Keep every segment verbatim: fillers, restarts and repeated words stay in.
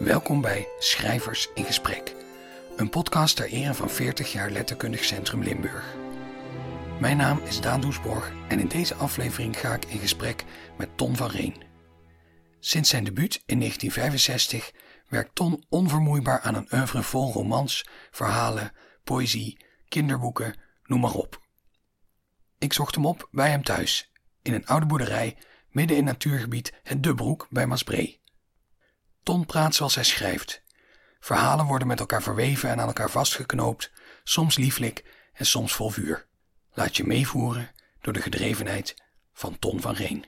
Welkom bij Schrijvers in Gesprek, een podcast ter ere van veertig jaar Letterkundig Centrum Limburg. Mijn naam is Daan Doesborg en in deze aflevering ga ik in gesprek met Ton van Reen. Sinds zijn debuut in negentien vijfenzestig werkt Ton onvermoeibaar aan een oeuvre vol romans, verhalen, poëzie, kinderboeken, noem maar op. Ik zocht hem op bij hem thuis, in een oude boerderij midden in natuurgebied Het De Broek bij Maasbree. Ton praat zoals hij schrijft. Verhalen worden met elkaar verweven en aan elkaar vastgeknoopt, soms lieflijk en soms vol vuur. Laat je meevoeren door de gedrevenheid van Ton van Reen.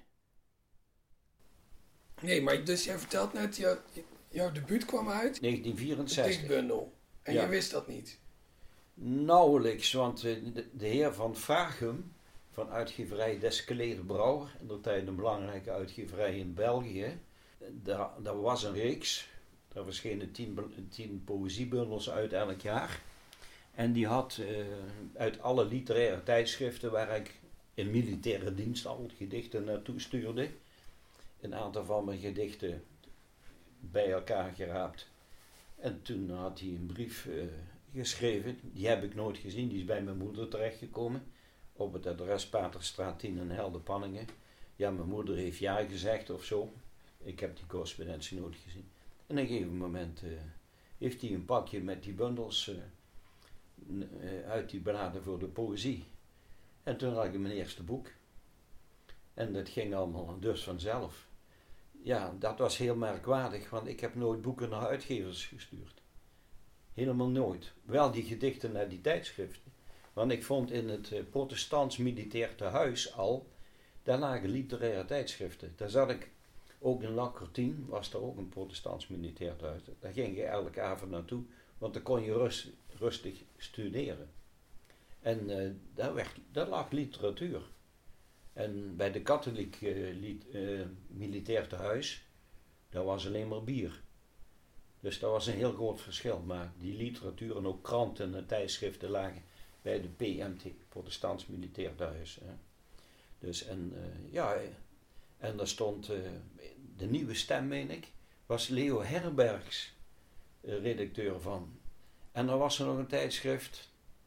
Nee, maar dus jij vertelt net, jou, jouw debuut kwam uit negentien vierenzestig. Een dichtbundel. En Ja. je wist dat niet. Nauwelijks, want de, de heer Van Vragem van uitgeverij Deskeleder Brouwer, in der tijd een belangrijke uitgeverij in België, daar, daar was een reeks, daar verschenen tien, tien poëziebundels uit elk jaar. En die had uh, uit alle literaire tijdschriften waar ik in militaire dienst al gedichten naartoe stuurde, een aantal van mijn gedichten bij elkaar geraapt. En toen had hij een brief uh, geschreven, die heb ik nooit gezien, die is bij mijn moeder terechtgekomen, op het adres Paterstraat tien in Helderpanningen. Ja, mijn moeder heeft ja gezegd of zo. Ik heb die correspondentie nooit gezien. En op een gegeven moment uh, heeft hij een pakje met die bundels uh, uh, uit die bladen voor de poëzie. En toen had ik mijn eerste boek. En dat ging allemaal dus vanzelf. Ja, dat was heel merkwaardig, want ik heb nooit boeken naar uitgevers gestuurd. Helemaal nooit. Wel die gedichten naar die tijdschriften. Want ik vond in het uh, protestants militair tehuis al, daar lagen literaire tijdschriften. Daar zat ik, ook in Lakertien was er ook een protestants militair tehuis. Daar ging je elke avond naartoe, want dan kon je rust, rustig studeren. En uh, daar, werd, daar lag literatuur. En bij de katholiek uh, liet, uh, militair tehuis, daar was alleen maar bier. Dus dat was een heel groot verschil. Maar die literatuur en ook kranten en tijdschriften lagen bij de P M T, Protestants Militair Thuis. Hè. Dus en uh, ja, en daar stond uh, de Nieuwe Stem, meen ik, was Leo Herbergs uh, redacteur van. En dan was er nog een tijdschrift,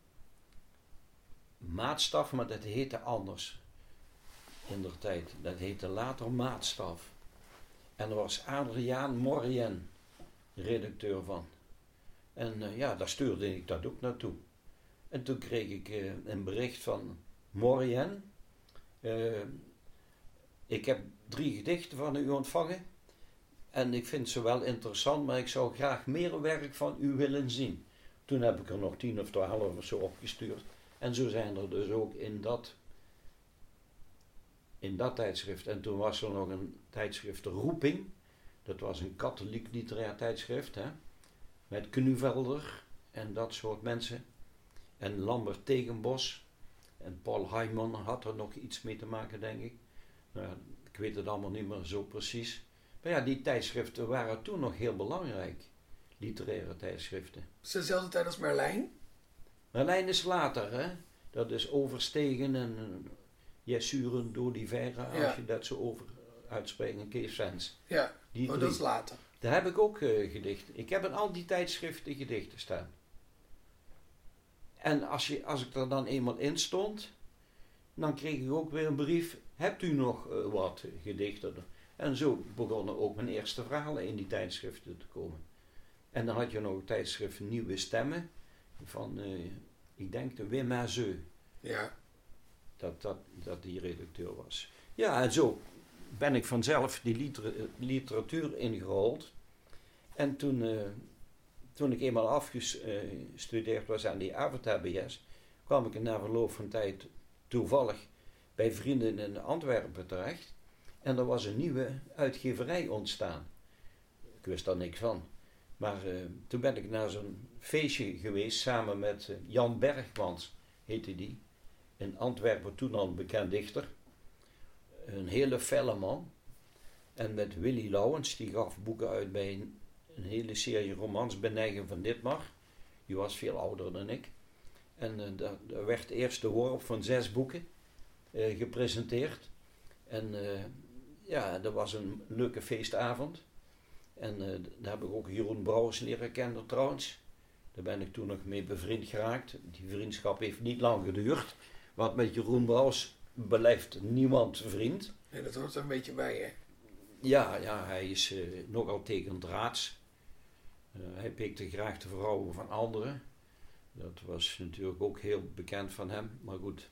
Maatstaf, maar dat heette anders in der tijd. Dat heette later Maatstaf. En er was Adriaan Morien redacteur van. En uh, ja, daar stuurde ik dat ook naartoe. En toen kreeg ik uh, een bericht van Morien. Uh, ik heb drie gedichten van u ontvangen. En ik vind ze wel interessant, maar ik zou graag meer werk van u willen zien. Toen heb ik er nog tien of twaalf of zo opgestuurd. En zo zijn er dus ook in dat, in dat tijdschrift. En toen was er nog een tijdschrift, de Roeping. Dat was een katholiek literair tijdschrift. Hè? Met Knuvelder en dat soort mensen. En Lambert Tegenbos en Paul Heimann had er nog iets mee te maken, denk ik. Nou, ik weet het allemaal niet meer zo precies. Maar ja, die tijdschriften waren toen nog heel belangrijk. Literaire tijdschriften. Is het dezelfde tijd als Merlijn? Merlijn is later, hè. Dat is Overstegen en uh, Jessuren d'Oliveira, als Ja. je dat zo over uitspreekt, en Kees Vens. Ja, Die oh, drie. dat is later. Daar heb ik ook uh, gedichten. Ik heb in al die tijdschriften gedichten staan. En als, je, als ik er dan eenmaal in stond, dan kreeg ik ook weer een brief. Hebt u nog uh, wat gedichten? En zo begonnen ook mijn eerste verhalen in die tijdschriften te komen. En dan had je nog een tijdschrift Nieuwe Stemmen van, uh, ik denk de Wim Hazeu. Ja. Dat, dat, dat die redacteur was. Ja, en zo ben ik vanzelf die liter, literatuur ingerold. En toen... Uh, Toen ik eenmaal afgestudeerd was aan die avond-H B S, kwam ik na verloop van tijd toevallig bij vrienden in Antwerpen terecht. En er was een nieuwe uitgeverij ontstaan. Ik wist daar niks van. Maar uh, toen ben ik naar zo'n feestje geweest samen met uh, Jan Bergmans, heette die. In Antwerpen toen al een bekend dichter. Een hele felle man. En met Willy Lauwens, die gaf boeken uit bij een Een hele serie romans, Benijgen van Ditmar. Die was veel ouder dan ik. En uh, daar, daar werd de eerste worp van zes boeken uh, gepresenteerd. En uh, ja, dat was een leuke feestavond. En uh, daar heb ik ook Jeroen Brouwers leren kennen trouwens. Daar ben ik toen nog mee bevriend geraakt. Die vriendschap heeft niet lang geduurd. Want met Jeroen Brouwers blijft niemand vriend. Nee, dat hoort er een beetje bij, hè? Ja, ja hij is uh, nogal tegendraads. Uh, hij pikte graag de vrouwen van anderen. Dat was natuurlijk ook heel bekend van hem. Maar goed,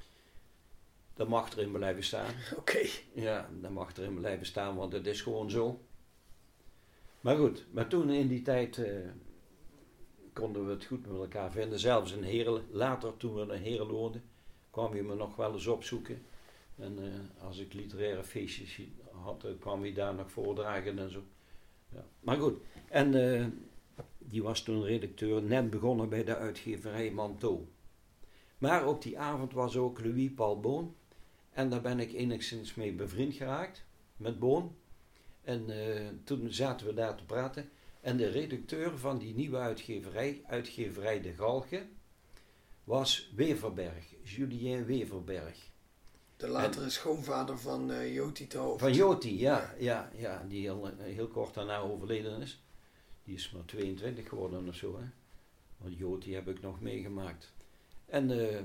dat mag erin blijven staan. Oké. Okay. Ja, dat mag erin blijven staan, want het is gewoon zo. Maar goed, maar toen in die tijd uh, konden we het goed met elkaar vinden. Zelfs in Heerlen, later toen we in Heerlen woonden, kwam hij me nog wel eens opzoeken. En uh, als ik literaire feestjes had, uh, kwam hij daar nog voordragen en zo. Ja. Maar goed, en uh, die was toen redacteur, net begonnen bij de uitgeverij Manteau. Maar op die avond was ook Louis Paul Boon. En daar ben ik enigszins mee bevriend geraakt, met Boon. En uh, toen zaten we daar te praten. En de redacteur van die nieuwe uitgeverij, uitgeverij De Galgen, was Weverberg, Julien Weverberg. De latere en, schoonvader van uh, Joti te Hoofd. Van Joti, ja, ja, ja, die heel, heel kort daarna overleden is. Die is maar tweeëntwintig geworden of zo, hè. Want Joti heb ik nog meegemaakt. En uh,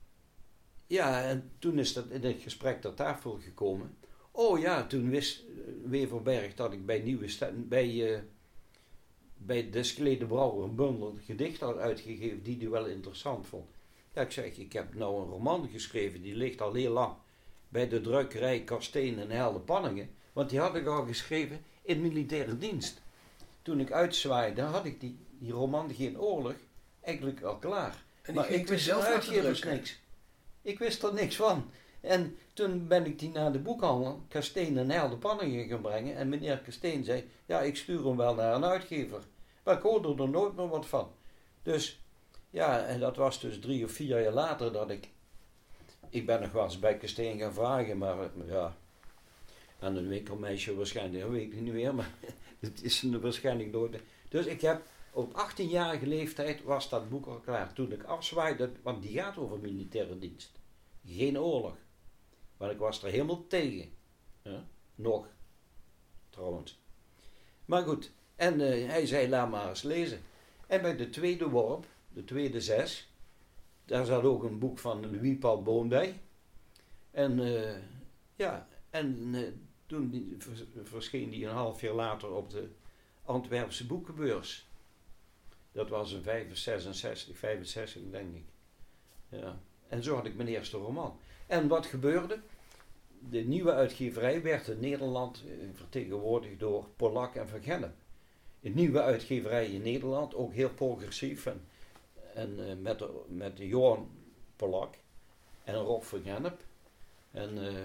ja, en toen is dat in het gesprek ter tafel gekomen. Oh ja, toen wist Weverberg dat ik bij Nieuwe St- bij, uh, bij Desclée Brouwer een bundel gedicht had uitgegeven die hij wel interessant vond. Ja, ik zeg, ik heb nou een roman geschreven, die ligt al heel lang bij de drukkerij Kasteen en Heldenpanningen. Want die had ik al geschreven in militaire dienst. Toen ik uitzwaaide, had ik die, die roman Geen Oorlog eigenlijk al klaar. En maar ik wist zelf uitgevers niks. Ik wist er niks van. En toen ben ik die naar de boekhandel, Kasteen en Heldenpanningen gaan brengen. En meneer Kasteen zei, ja, ik stuur hem wel naar een uitgever. Maar ik hoorde er nooit meer wat van. Dus, ja, en dat was dus drie of vier jaar later dat ik... Ik ben nog wel eens bij Kasteen gaan vragen, maar ja... Aan een winkelmeisje waarschijnlijk, dat weet ik niet meer, maar het is waarschijnlijk nooit... Dus ik heb... Op achttienjarige leeftijd was dat boek al klaar. Toen ik afzwaaide, want die gaat over militaire dienst. Geen oorlog. Want ik was er helemaal tegen. Ja? Nog. Trouwens. Maar goed. En uh, hij zei, laat maar eens lezen. En bij de tweede worp, de tweede zes, daar zat ook een boek van Louis Paul Boon bij. En uh, ja, en uh, toen die, vers, verscheen die een half jaar later op de Antwerpse boekenbeurs. Dat was in zesenzestig, vijfenzestig denk ik. Ja. En zo had ik mijn eerste roman. En wat gebeurde? De nieuwe uitgeverij werd in Nederland vertegenwoordigd door Polak en Van Gennep. Een nieuwe uitgeverij in Nederland, ook heel progressief. En, en uh, met, de, met de Johan Polak en Rob Van Gennep. En uh,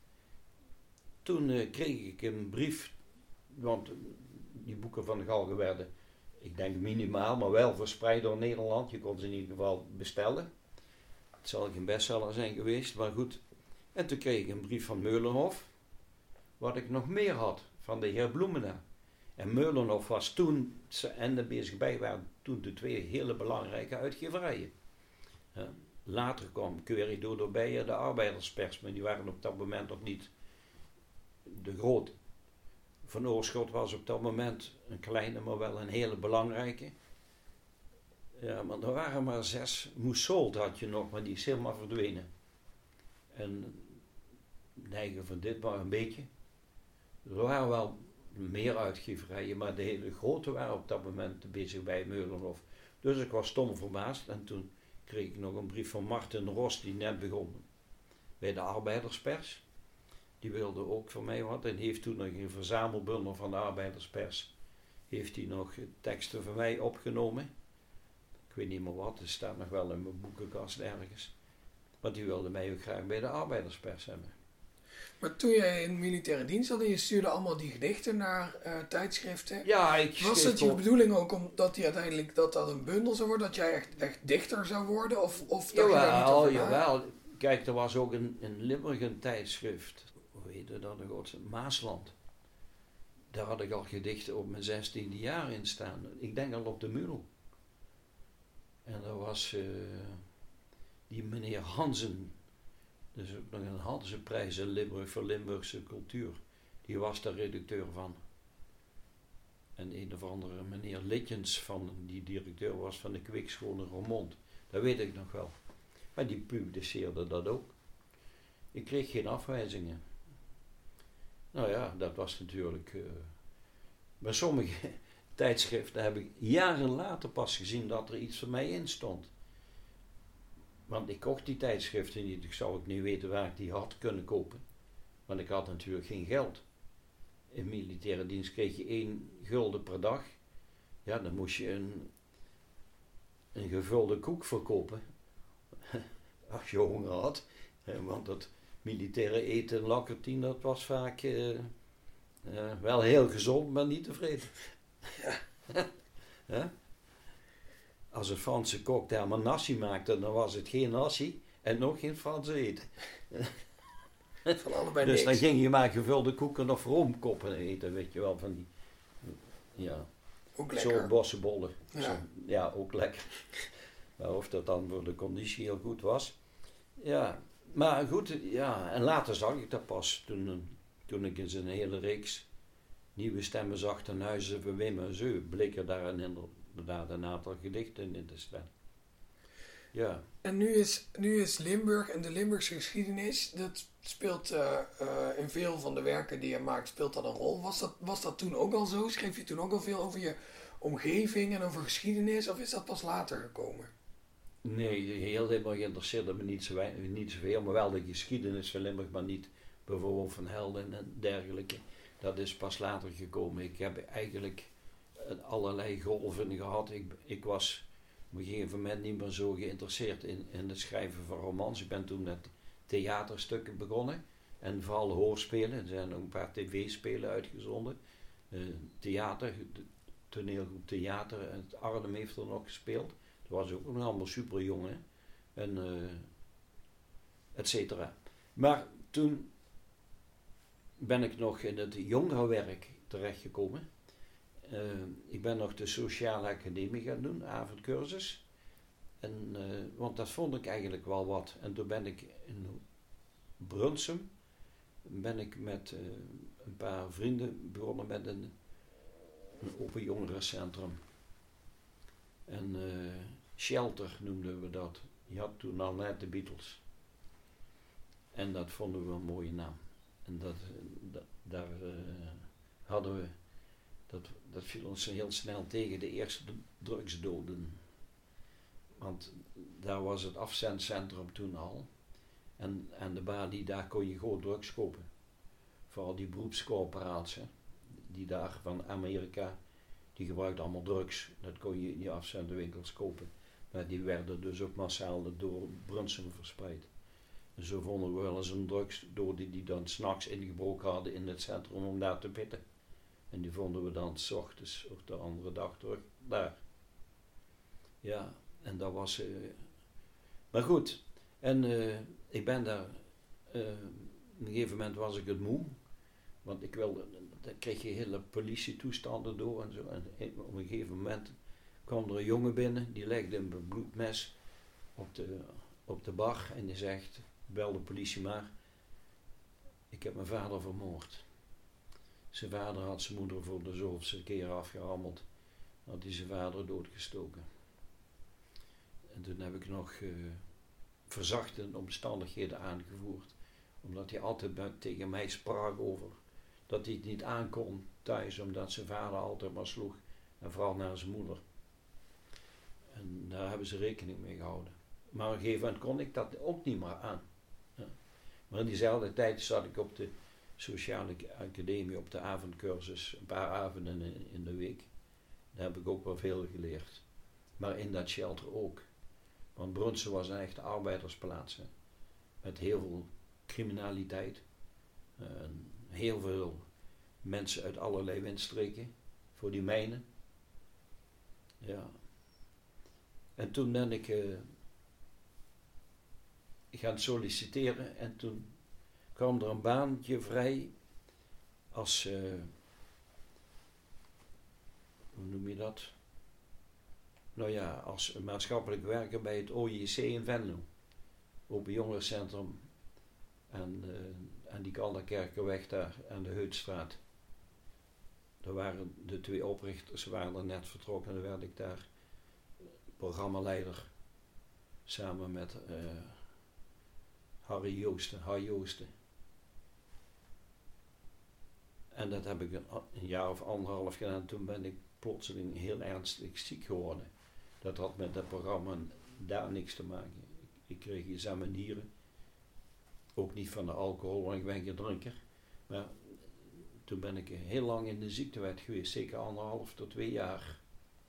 toen uh, kreeg ik een brief, want die boeken van de Galgen werden... Ik denk minimaal, maar wel verspreid door Nederland. Je kon ze in ieder geval bestellen. Het zal geen bestseller zijn geweest, maar goed. En toen kreeg ik een brief van Meulenhof. Wat ik nog meer had, van de heer Bloemena. En Meulenhof was toen, en de bezig bij waren toen de twee hele belangrijke uitgeverijen. Ja, later kwam Querido erbij, de arbeiderspers, maar die waren op dat moment nog niet de grote. Van Oorschot was op dat moment een kleine, maar wel een hele belangrijke. Ja, maar er waren maar zes. Moussault had je nog, maar die is helemaal verdwenen. En neigen van dit maar een beetje. Er waren wel meer uitgeverijen, maar de hele grote waren op dat moment bezig bij Meulenhof. Dus ik was stom verbaasd en toen kreeg ik nog een brief van Martin Ros, die net begon bij de arbeiderspers. Die wilde ook van mij wat en heeft toen nog een verzamelbundel van de arbeiderspers. Heeft hij nog teksten van mij opgenomen. Ik weet niet meer wat, het staat nog wel in mijn boekenkast ergens. Want die wilde mij ook graag bij de arbeiderspers hebben. Maar toen jij in militaire dienst had en je stuurde allemaal die gedichten naar uh, tijdschriften. Ja, ik was het je op... bedoeling ook omdat die uiteindelijk dat dat een bundel zou worden? Dat jij echt, echt dichter zou worden? Of, of jawel, je daar niet over jawel. Kijk, er was ook een, in Limburg een tijdschrift. Hoe heette dat nog? Maasland. Daar had ik al gedichten op mijn zestiende jaar in staan. Ik denk al op de Mul. En er was uh, die meneer Hansen. Dus ook nog een Hansenprijs in Limburg voor Limburgse cultuur. Die was daar redacteur van. En een of andere meneer Litjens, van, die directeur was van de Kweekschool in Roermond. Dat weet ik nog wel. Maar die publiceerde dat ook. Ik kreeg geen afwijzingen. Nou ja, dat was natuurlijk... Uh, bij sommige tijdschriften heb ik jaren later pas gezien dat er iets van mij in stond. Want ik kocht die tijdschriften niet. Ik zou ook niet weten waar ik die had kunnen kopen. Want ik had natuurlijk geen geld. In militaire dienst kreeg je één gulden per dag. Ja, dan moest je een, een gevulde koek verkopen. Als je honger had. Want dat militaire eten en lakkertien, dat was vaak uh, uh, wel heel gezond, maar niet tevreden. Ja. Als een Franse kok daar maar nasi maakte, dan was het geen nasi en nog geen Franse eten. Van allebei dus niks. dan ging je maar gevulde koeken of roomkoppen eten, weet je wel, van die... Ja, ook lekker. Zo'n bossenbollen. Ja. Zo, ja, ook lekker. Maar of dat dan voor de conditie heel goed was. Ja, maar goed, ja. En later zag ik dat pas, toen, toen ik in zijn hele reeks Nieuwe Stemmen zag ten huize van Wim en Zeu, bleek er daar inderdaad een aantal gedichten in te staan. Ja. En nu is, nu is Limburg en de Limburgse geschiedenis, dat speelt uh, uh, in veel van de werken die je maakt, speelt dat een rol. Was dat, was dat toen ook al zo? Schreef je toen ook al veel over je omgeving en over geschiedenis, of is dat pas later gekomen? Nee, heel Limburg interesseerde me niet, zo, niet zoveel, maar wel de geschiedenis van Limburg, maar niet bijvoorbeeld van helden en dergelijke. Dat is pas later gekomen. Ik heb eigenlijk allerlei golven gehad. Ik, ik was op een gegeven moment niet meer zo geïnteresseerd in, in het schrijven van romans. Ik ben toen met theaterstukken begonnen. En vooral hoorspelen. Er zijn ook een paar tv-spelen uitgezonden. Uh, theater, toneelgroep theater. Het Arnhem heeft er nog gespeeld. Dat was ook nog allemaal super jong. Hè? En uh, et cetera. Maar toen ben ik nog in het jongerenwerk terechtgekomen. Uh, ik ben nog de sociale academie gaan doen, avondcursus. En, uh, want dat vond ik eigenlijk wel wat. En toen ben ik in Brunsum, ben ik met uh, een paar vrienden begonnen met een, een open jongerencentrum. En uh, Shelter noemden we dat. Je had toen al net de Beatles. En dat vonden we een mooie naam. En dat, dat, daar uh, hadden we, dat, dat viel ons heel snel tegen, de eerste drugsdoden. Want daar was het afzendcentrum toen al. En, en de balie, daar kon je gewoon drugs kopen. Vooral die beroepscorporaties, die daar van Amerika, die gebruikten allemaal drugs. Dat kon je in die afzendwinkels kopen. Maar die werden dus ook massaal door Brunsum verspreid. Zo vonden we wel eens een drugsdode die dan 's nachts ingebroken hadden in het centrum om daar te pitten. En die vonden we dan 's ochtends of de andere dag terug daar. Ja, en dat was... Uh, maar goed, en uh, ik ben daar... Uh, op een gegeven moment was ik het moe. Want ik wilde... Dan kreeg je hele politietoestanden door en zo. En op een gegeven moment kwam er een jongen binnen, die legde een bebloed mes op de, op de bar en die zegt... Bel de politie maar. Ik heb mijn vader vermoord. Zijn vader had zijn moeder voor de zoveelste keer afgerammeld. Had hij zijn vader doodgestoken. En toen heb ik nog uh, verzachtende omstandigheden aangevoerd. Omdat hij altijd bij, tegen mij sprak over dat hij het niet aankon thuis. Omdat zijn vader altijd maar sloeg. En vooral naar zijn moeder. En daar hebben ze rekening mee gehouden. Maar op een gegeven moment kon ik dat ook niet meer aan. Ja. Maar in diezelfde tijd zat ik op de sociale academie, op de avondcursus, een paar avonden in, in de week. Daar heb ik ook wel veel geleerd. Maar in dat shelter ook. Want Brunsum was een echte arbeidersplaats. Hè. Met heel veel criminaliteit. Uh, heel veel mensen uit allerlei windstreken voor die mijnen. Ja. En toen ben ik... Uh, gaan solliciteren en toen kwam er een baantje vrij als, uh, hoe noem je dat? Nou ja, als maatschappelijk werker bij het O J C in Venlo, Open Jongerencentrum aan, uh, aan die Kalderkerkenweg daar, aan de Heutstraat. Er waren de twee oprichters, waren er net vertrokken. En dan werd ik daar programmaleider samen met uh, Harry Joosten, Harry Joosten. En dat heb ik een, een jaar of anderhalf gedaan. Toen ben ik plotseling heel ernstig ziek geworden. Dat had met dat programma daar niks te maken. Ik kreeg iets aan mijn nieren. Ook niet van de alcohol, want ik ben geen drinker. Maar toen ben ik heel lang in de ziektewet geweest. Zeker anderhalf tot twee jaar.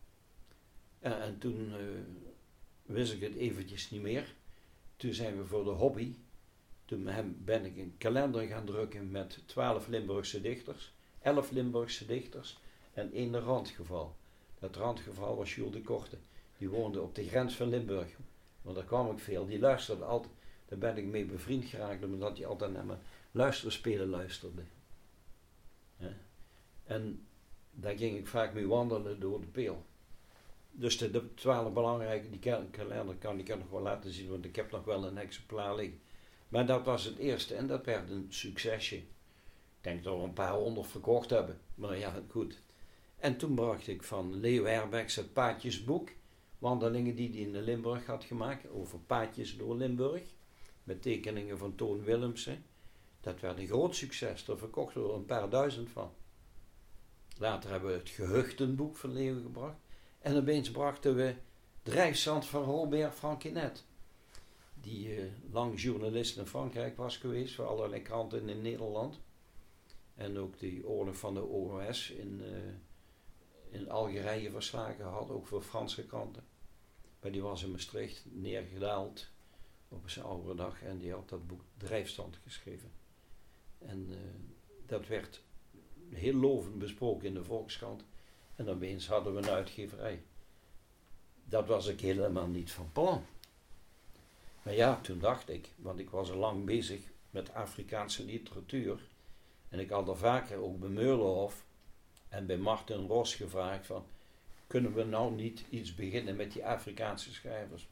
En, en toen uh, wist ik het eventjes niet meer. Toen zijn we voor de hobby. Toen ben ik een kalender gaan drukken met twaalf Limburgse dichters. elf Limburgse dichters en één randgeval. Dat randgeval was Jules de Korte. Die woonde op de grens van Limburg. Want daar kwam ik veel. Die luisterde altijd. Daar ben ik mee bevriend geraakt. Omdat hij altijd naar mijn luisterspelen luisterde. Ja. En daar ging ik vaak mee wandelen door de Peel. Dus de, de twaalf belangrijke, die kalender kan ik nog wel laten zien. Want ik heb nog wel een exemplaar liggen. Maar dat was het eerste. En dat werd een succesje. Ik denk dat we een paar honderd verkocht hebben. Maar ja, goed. En toen bracht ik van Leo Herbergs het Paadjesboek. Wandelingen die hij in de Limburg had gemaakt. Over paadjes door Limburg. Met tekeningen van Toon Willemsen. Dat werd een groot succes. Daar verkochten we er een paar duizend van. Later hebben we het Gehuchtenboek van Leo gebracht. En opeens brachten we Drijfzand van Robert Franquinet. Die uh, lang journalist in Frankrijk was geweest. Voor allerlei kranten in Nederland. En ook die oorlog van de O O S in, uh, in Algerije verslagen had. Ook voor Franse kranten. Maar die was in Maastricht neergedaald op zijn oude dag. En die had dat boek Drijfstand geschreven. En uh, dat werd heel lovend besproken in de Volkskrant. En opeens hadden we een uitgeverij. Dat was ik helemaal niet van plan. Maar ja, toen dacht ik, want ik was al lang bezig met Afrikaanse literatuur. En ik had er vaker ook bij Meulenhof en bij Martin Ros gevraagd van, kunnen we nou niet iets beginnen met die Afrikaanse schrijvers?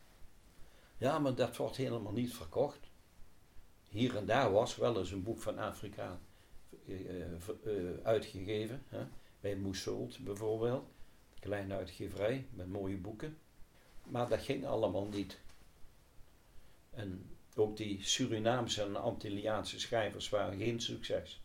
Ja, maar dat wordt helemaal niet verkocht. Hier en daar was wel eens een boek van Afrika uh, uh, uitgegeven. Hè? Bij Moussoult bijvoorbeeld. Een kleine uitgeverij met mooie boeken. Maar dat ging allemaal niet. En ook die Surinaamse en Antilliaanse schrijvers waren geen succes.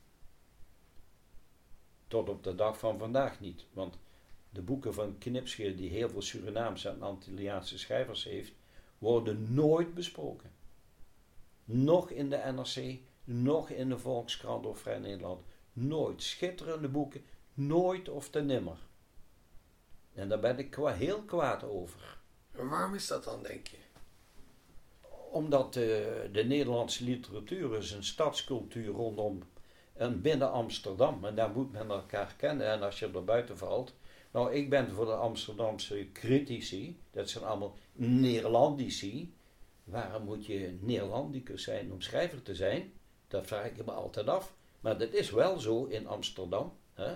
Tot op de dag van vandaag niet. Want de boeken van Knipscheer, die heel veel Surinaamse en Antilliaanse schrijvers heeft, worden nooit besproken. Nog in de N R C, nog in de Volkskrant of Vrij Nederland. Nooit. Schitterende boeken, nooit of te nimmer. En daar ben ik kwa- heel kwaad over. En waarom is dat dan, denk je? Omdat uh, de Nederlandse literatuur is een stadscultuur rondom en binnen Amsterdam. En daar moet men elkaar kennen. En als je er buiten valt. Nou, ik ben voor de Amsterdamse critici. Dat zijn allemaal Neerlandici. Waarom moet je Neerlandicus zijn om schrijver te zijn? Dat vraag ik me altijd af. Maar dat is wel zo in Amsterdam. Hè?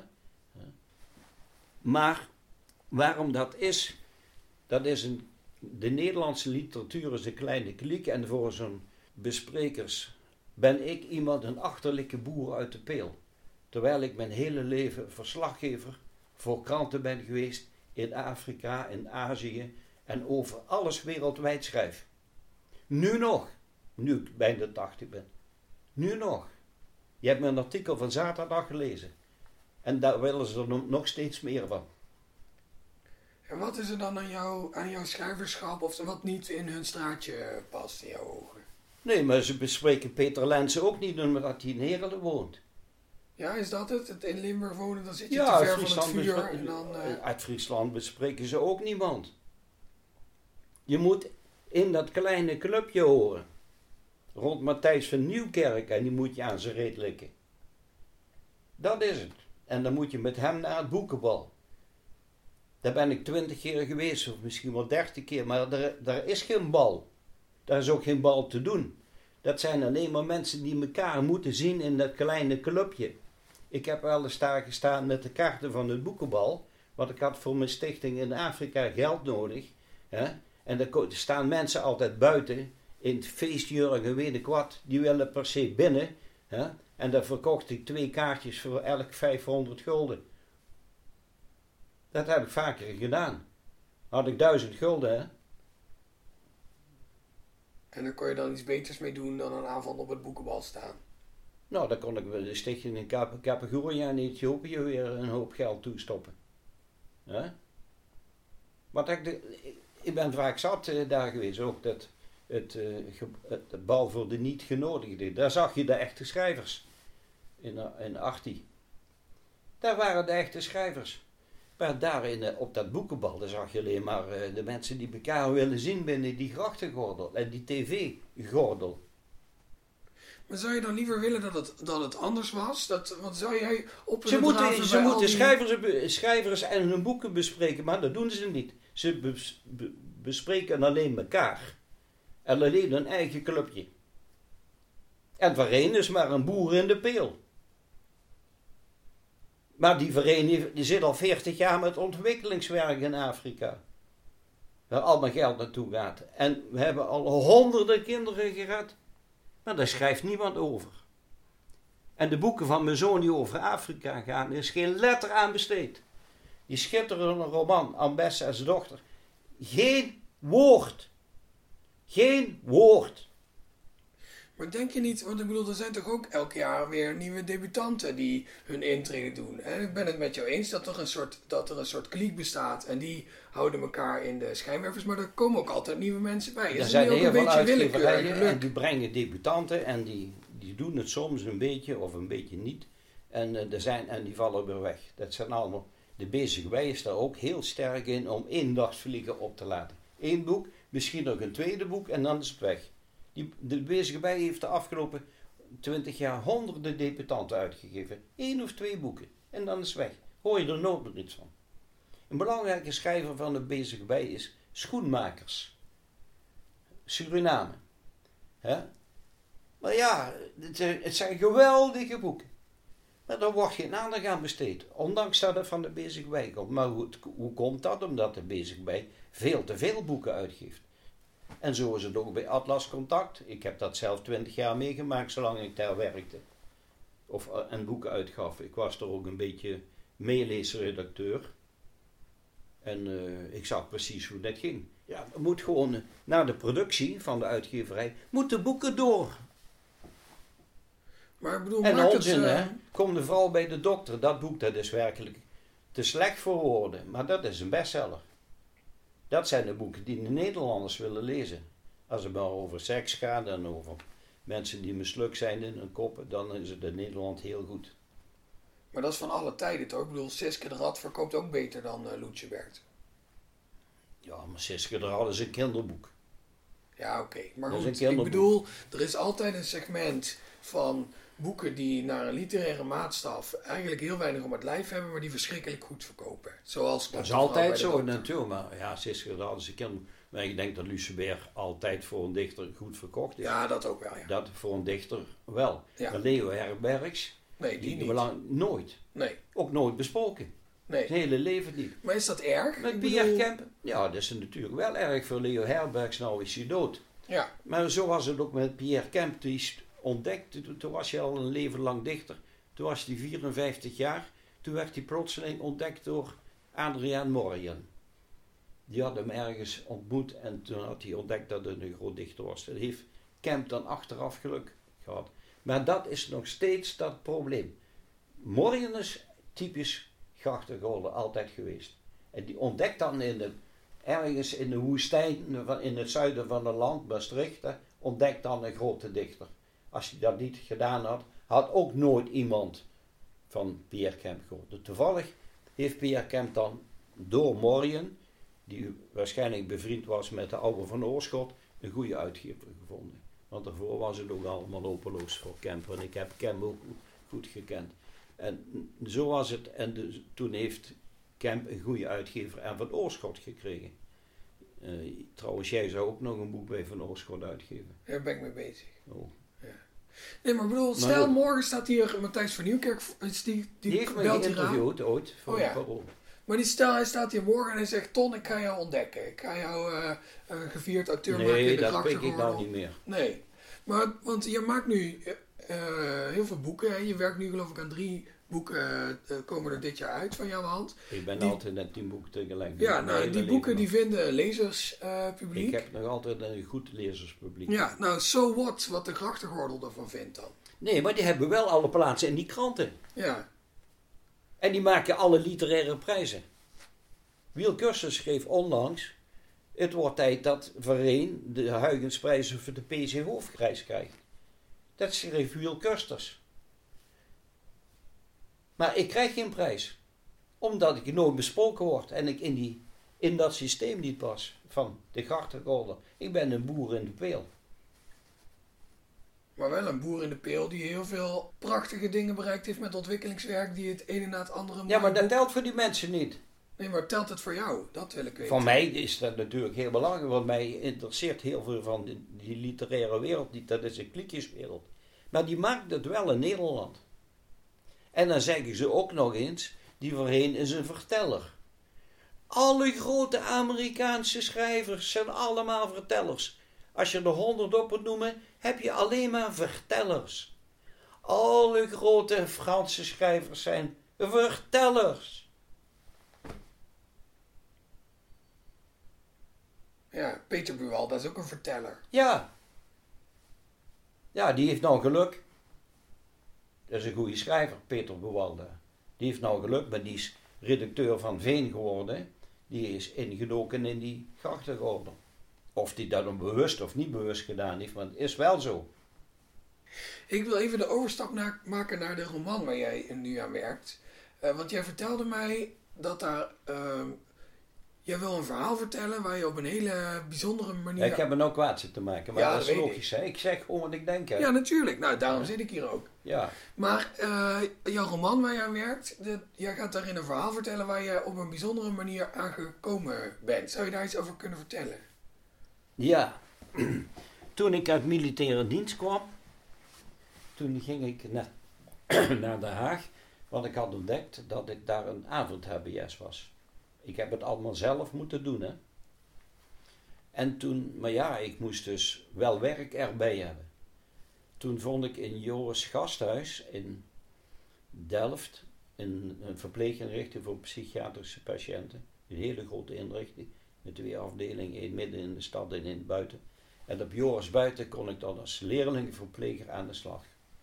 Maar waarom dat is, dat is een... De Nederlandse literatuur is een kleine kliek en voor zo'n besprekers ben ik iemand, een achterlijke boer uit de Peel. Terwijl ik mijn hele leven verslaggever voor kranten ben geweest in Afrika, in Azië en over alles wereldwijd schrijf. Nu nog, nu ik bijna tachtig ben. Nu nog. Je hebt mijn artikel van zaterdag gelezen. En daar willen ze er nog steeds meer van. En wat is er dan aan, jou, aan jouw schrijverschap of wat niet in hun straatje past in jouw ogen? Nee, maar ze bespreken Peter Lensen ook niet omdat hij in Heerlen woont. Ja, is dat het? Het in Limburg wonen, dan zit je Ja, te ver Friesland van het vuur. bespre- En dan, uh... Uit Friesland bespreken ze ook niemand. Je moet in dat kleine clubje horen. Rond Matthijs van Nieuwkerk en die moet je aan zijn reet likken. Dat is het. En dan moet je met hem naar het boekenbal. Daar ben ik twintig keer geweest, of misschien wel dertig keer, maar er, daar is geen bal. Daar is ook geen bal te doen. Dat zijn alleen maar mensen die elkaar moeten zien in dat kleine clubje. Ik heb wel eens daar gestaan met de kaarten van het boekenbal, want ik had voor mijn stichting in Afrika geld nodig. Hè? En er staan mensen altijd buiten, in het feestjurgen, weet ik wat, die willen per se binnen. Hè? En dan verkocht ik twee kaartjes voor elk vijfhonderd gulden. Dat heb ik vaker gedaan. Had ik duizend gulden, hè. En dan kon je dan iets beters mee doen dan een avond op het boekenbal staan. Nou, dan kon ik de stichting in Kap- Kapagoria in Ethiopië weer een hoop geld toestoppen. Hè? Want ik, de, ik ben vaak zat uh, daar geweest, ook dat het, uh, ge, het, het bal voor de niet-genodigden. Daar zag je de echte schrijvers. In, in Arti. Daar waren de echte schrijvers. Maar daar in, uh, op dat boekenbal, daar zag je alleen maar uh, de mensen die elkaar willen zien binnen die grachtengordel. En die tv-gordel. Maar zou je dan liever willen dat het, dat het anders was? Dat, want zou jij op een Ze moeten, ze moeten die... schrijvers, schrijvers en hun boeken bespreken, maar dat doen ze niet. Ze bes, be, bespreken alleen elkaar. En alleen hun eigen clubje. En Vereen is maar een boer in de peel. Maar die Vereen die zit al veertig jaar met ontwikkelingswerk in Afrika. Waar al mijn geld naartoe gaat. En we hebben al honderden kinderen gered. Maar daar schrijft niemand over. En de boeken van mijn zoon die over Afrika gaan, er is geen letter aan besteed. Die schitterende roman, Ambesse en zijn dochter. Geen woord. Geen woord. Maar denk je niet, want ik bedoel, er zijn toch ook elk jaar weer nieuwe debutanten die hun intrede doen. En ik ben het met jou eens dat er een soort, dat er een soort kliek bestaat en die houden elkaar in de schijnwerpers, maar er komen ook altijd nieuwe mensen bij. Er Is zijn het niet ook heel een veel beetje uitgeverijen willekeur? en die brengen debutanten en die, die doen het soms een beetje of een beetje niet. En, uh, er zijn, en die vallen weer weg. Dat zijn allemaal, de bezige wij is daar ook heel sterk in om eendagsvliegen op te laten. Eén boek, misschien nog een tweede boek en dan is het weg. Die, de bezige bij heeft de afgelopen twintig jaar honderden debutanten uitgegeven. Eén of twee boeken. En dan is het weg. Hoor je er nooit meer iets van. Een belangrijke schrijver van de bezige bij is Schoenmakers. Suriname. He? Maar ja, het, het zijn geweldige boeken. Maar daar wordt geen aandacht aan besteed. Ondanks dat het van de bezige bij komt. Maar hoe, hoe komt dat? Omdat de bezige bij veel te veel boeken uitgeeft. En zo is het ook bij Atlas Contact. Ik heb dat zelf twintig jaar meegemaakt, zolang ik daar werkte. Of een boek uitgaf. Ik was er ook een beetje meeleesredacteur. En uh, ik zag precies hoe dat ging. Ja, er moet gewoon, uh, na de productie van de uitgeverij, moeten boeken door. Maar ik bedoel, En maakt onzin, het, uh... hè. Kom de vrouw bij de dokter. Dat boek, dat is werkelijk te slecht voor woorden. Maar dat is een bestseller. Dat zijn de boeken die de Nederlanders willen lezen. Als het maar over seks gaat en over mensen die mislukt zijn in hun koppen, dan is het in Nederland heel goed. Maar dat is van alle tijden toch? Ik bedoel, Siske de Rat verkoopt ook beter dan uh, Loetje Bert. Ja, maar Siske de Rat is een kinderboek. Ja, oké. Okay. Maar dat goed, is een ik bedoel, er is altijd een segment van boeken die naar een literaire maatstaf eigenlijk heel weinig om het lijf hebben, maar die verschrikkelijk goed verkopen. Zoals dat is altijd zo natuurlijk, maar ja, Siske de Rat is een kinderboek. Maar ik denk dat Lucebert altijd voor een dichter goed verkocht is. Ja, dat ook wel, ja. Dat voor een dichter wel. Ja. Maar Leo Herbergs, nee, die, die niet. Belang, nooit. Nee. Ook nooit besproken. Nee. Zijn hele leven niet. Maar is dat erg? Met bedoel... Pierre Kemp? Ja, dat is natuurlijk wel erg voor Leo Herbergs. Nou is hij dood. Ja. Maar zo was het ook met Pierre Kemp. Die is ontdekt. Toen was hij al een leven lang dichter. Toen was hij vierenvijftig jaar. Toen werd hij plotseling ontdekt door Adriaan Morjan. Die had hem ergens ontmoet en toen had hij ontdekt dat het een groot dichter was. Dat heeft Kemp dan achteraf geluk gehad. Maar dat is nog steeds dat probleem. Morjan is typisch grachtengolder altijd geweest. En die ontdekt dan in de, ergens in de woestijn in het zuiden van het land, Maastricht, ontdekt dan een grote dichter. Als hij dat niet gedaan had, had ook nooit iemand van Pierre Kemp gehoord. Toevallig heeft Pierre Kemp dan door Morjan, die waarschijnlijk bevriend was met de oude van Oorschot, een goede uitgever gevonden. Want daarvoor was het ook allemaal hopeloos voor Kemp. Want ik heb Kemp ook goed gekend. En zo was het. En de, toen heeft Kemp een goede uitgever en Van Oorschot gekregen. Uh, trouwens, jij zou ook nog een boek bij Van Oorschot uitgeven. Daar ben ik mee bezig. Oh. Ja. Nee, maar ik bedoel, stel maar morgen staat hier Matthijs van Nieuwkerk. Die, die, die heeft me geïnterviewd ooit. Voor oh ja. Parool. Maar die stel, hij staat hier morgen en hij zegt, Ton, ik ga jou ontdekken. Ik ga jou uh, uh, gevierd auteur nee, maken in de dat pik ik nou niet meer. Nee, maar want je maakt nu, uh, heel veel boeken. Hè? Je werkt nu geloof ik aan drie boeken, uh, komen er dit jaar uit van jouw hand. Ik ben die, altijd net tien boeken tegelijk. Ja, nou, die boeken die vinden lezerspubliek. Uh, ik heb nog altijd een goed lezerspubliek. Ja, nou, so what, wat de grachtengordel ervan vindt dan. Nee, maar die hebben wel alle plaatsen in die kranten. Ja. En die maken alle literaire prijzen. Wiel Cursus schreef onlangs: het wordt tijd dat Vereen de Huygensprijzen voor de P C Hoofdprijs krijgt. Dat schreef Wiel Cursus. Maar ik krijg geen prijs. Omdat ik nooit besproken word. En ik in, die, in dat systeem niet pas. Van de grachtengordel. Ik ben een boer in de peel. Maar wel een boer in de peel die heel veel prachtige dingen bereikt heeft met ontwikkelingswerk. Die het ene na het andere... Ja, maar dat telt voor die mensen niet. Nee, maar telt het voor jou? Dat wil ik weten. Van mij is dat natuurlijk heel belangrijk. Want mij interesseert heel veel van die, die literaire wereld niet. Dat is een klikjeswereld. Maar die maakt het wel in Nederland. En dan zeggen ze ook nog eens, die Vereen is een verteller. Alle grote Amerikaanse schrijvers zijn allemaal vertellers. Als je er honderd op moet noemen, heb je alleen maar vertellers. Alle grote Franse schrijvers zijn vertellers. Ja, Peter Buwalda, dat is ook een verteller. Ja. Ja, die heeft nou geluk. Dat is een goede schrijver, Peter Buwalda. Die heeft nou geluk, maar die is redacteur van Veen geworden. Die is ingedoken in die grachtengordel. Of die dat dan bewust of niet bewust gedaan heeft, maar het is wel zo. Ik wil even de overstap na- maken naar de roman waar jij nu aan werkt. Uh, want jij vertelde mij dat daar... Uh, jij wil een verhaal vertellen waar je op een hele bijzondere manier... Ja, ik heb er nou kwaad zitten maken, maar ja, dat is dat logisch. Ik. ik zeg gewoon wat ik denk. Hè. Ja, natuurlijk. Nou, daarom zit ik hier ook. Ja. Maar uh, jouw roman waar je aan werkt, de, jij gaat daarin een verhaal vertellen waar je op een bijzondere manier aangekomen bent. Zou je daar iets over kunnen vertellen? Ja. Toen ik uit militaire dienst kwam, toen ging ik naar, naar Den Haag, want ik had ontdekt dat ik daar een avond-H B S was. Ik heb het allemaal zelf moeten doen, hè. En toen, maar ja, ik moest dus wel werk erbij hebben. Toen vond ik in Joris Gasthuis in Delft een, een verpleeginrichting voor psychiatrische patiënten. Een hele grote inrichting met twee afdelingen, één midden in de stad en één buiten. En op Joris buiten kon ik dan als leerlingenverpleger aan de slag.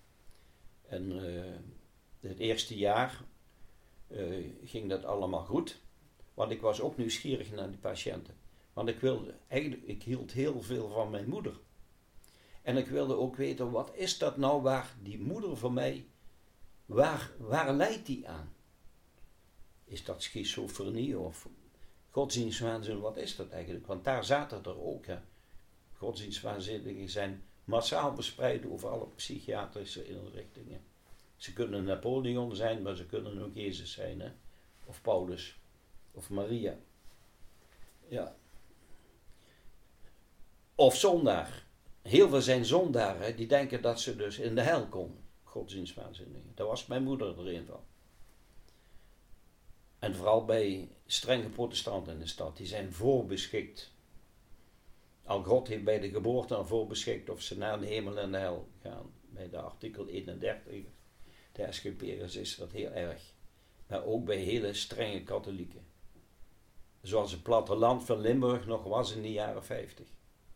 En uh, het eerste jaar uh, ging dat allemaal goed. Want ik was ook nieuwsgierig naar die patiënten. Want ik wilde, eigenlijk, ik hield heel veel van mijn moeder. En ik wilde ook weten, wat is dat nou waar die moeder van mij, waar, waar leidt die aan? Is dat schizofrenie of godsdienstwaanzin, wat is dat eigenlijk? Want daar zaten er ook, hè. Godsdienstwaanzinnigen zijn massaal verspreid over alle psychiatrische inrichtingen. Ze kunnen Napoleon zijn, maar ze kunnen ook Jezus zijn, hè. Of Paulus. Of Maria. Ja. Of zondaar. Heel veel zijn zondaren die denken dat ze dus in de hel komen. Godsdienstwaanzinnigen. Daar was mijn moeder er een van. En vooral bij strenge protestanten in de stad. Die zijn voorbeschikt. Al God heeft bij de geboorte al voorbeschikt of ze naar de hemel en de hel gaan. Bij de artikel eenendertig. De S G P'ers is dat heel erg. Maar ook bij hele strenge katholieken. Zoals het platteland van Limburg nog was in de jaren vijftig.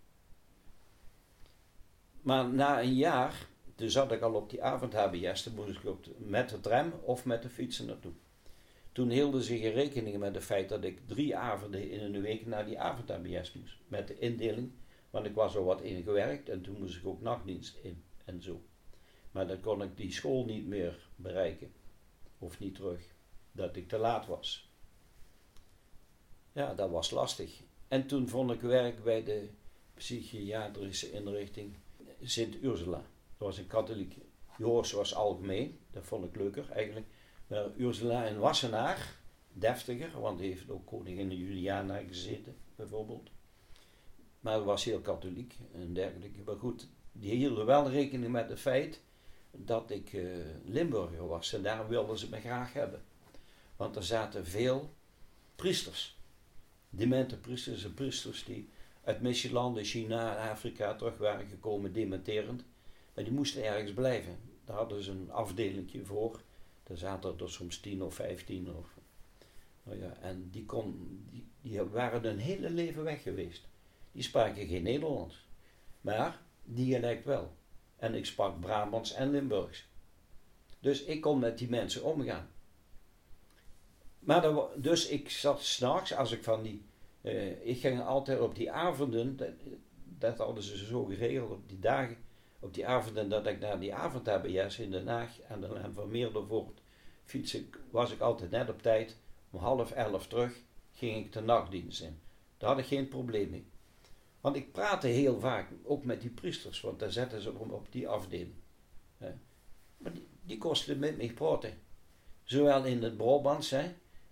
Maar na een jaar, toen zat ik al op die avond-H B S, toen moest ik op de, met de tram of met de fietsen naartoe. Toen hielden ze geen rekening met het feit dat ik drie avonden in een week naar die avond-H B S moest. Met de indeling, want ik was al wat ingewerkt en toen moest ik ook nachtdienst in en zo. Maar dan kon ik die school niet meer bereiken. Of niet terug. Dat ik te laat was. Ja, dat was lastig. En toen vond ik werk bij de psychiatrische inrichting Sint Ursula. Dat was een katholiek. Joris was algemeen, dat vond ik leuker eigenlijk. Maar Ursula in Wassenaar, deftiger, want die heeft ook koningin Juliana gezeten, bijvoorbeeld. Maar hij was heel katholiek en dergelijke. Maar goed, die hielden wel rekening met het feit dat ik uh, Limburger was. En daarom wilden ze me graag hebben. Want er zaten veel priesters. Demente priesters en priesters die uit missielanden, China en Afrika terug waren gekomen dementerend. Maar die moesten ergens blijven. Daar hadden ze een afdelingje voor. Daar zaten er soms tien of vijftien. Of, nou ja, en die, kon, die, die waren hun hele leven weg geweest. Die spraken geen Nederlands. Maar dialect wel. En ik sprak Brabants en Limburgs. Dus ik kon met die mensen omgaan. Maar dan, dus ik zat 's nachts, als ik van die... Uh, ik ging altijd op die avonden, dat, dat hadden ze zo geregeld, op die dagen, op die avonden dat ik naar die avond-H B S in Den Haag aan de Lijn van Meerdervoort fietsen, was ik altijd net op tijd. Om half elf terug ging ik de nachtdienst in. Daar had ik geen probleem mee. Want ik praatte heel vaak, ook met die priesters, want daar zetten ze op, op die afdeling. Ja. Maar die, die kosten met me praten. Zowel in het Brabants, hè.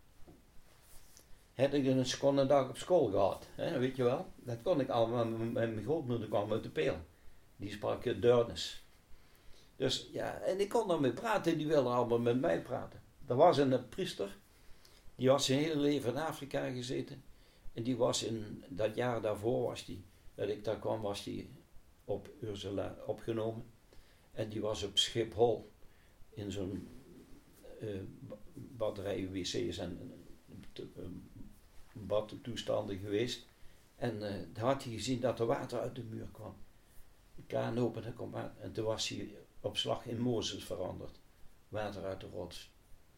Heb ik een schone dag op school gehad, hè, weet je wel. Dat kon ik allemaal, mijn grootmoeder kwam uit de Peel. Die sprak Deurnes. Dus ja, en ik kon daarmee praten, die wilden allemaal met mij praten. Er was een priester, die was zijn hele leven in Afrika gezeten. En die was in, dat jaar daarvoor was die, dat ik daar kwam, was die op Ursula opgenomen. En die was op Schiphol in zo'n uh, batterij W C's en uh, badtoestanden geweest. En uh, daar had hij gezien dat er water uit de muur kwam. De kraan open en kwam water. En toen was hij op slag in Mozes veranderd. Water uit de rots.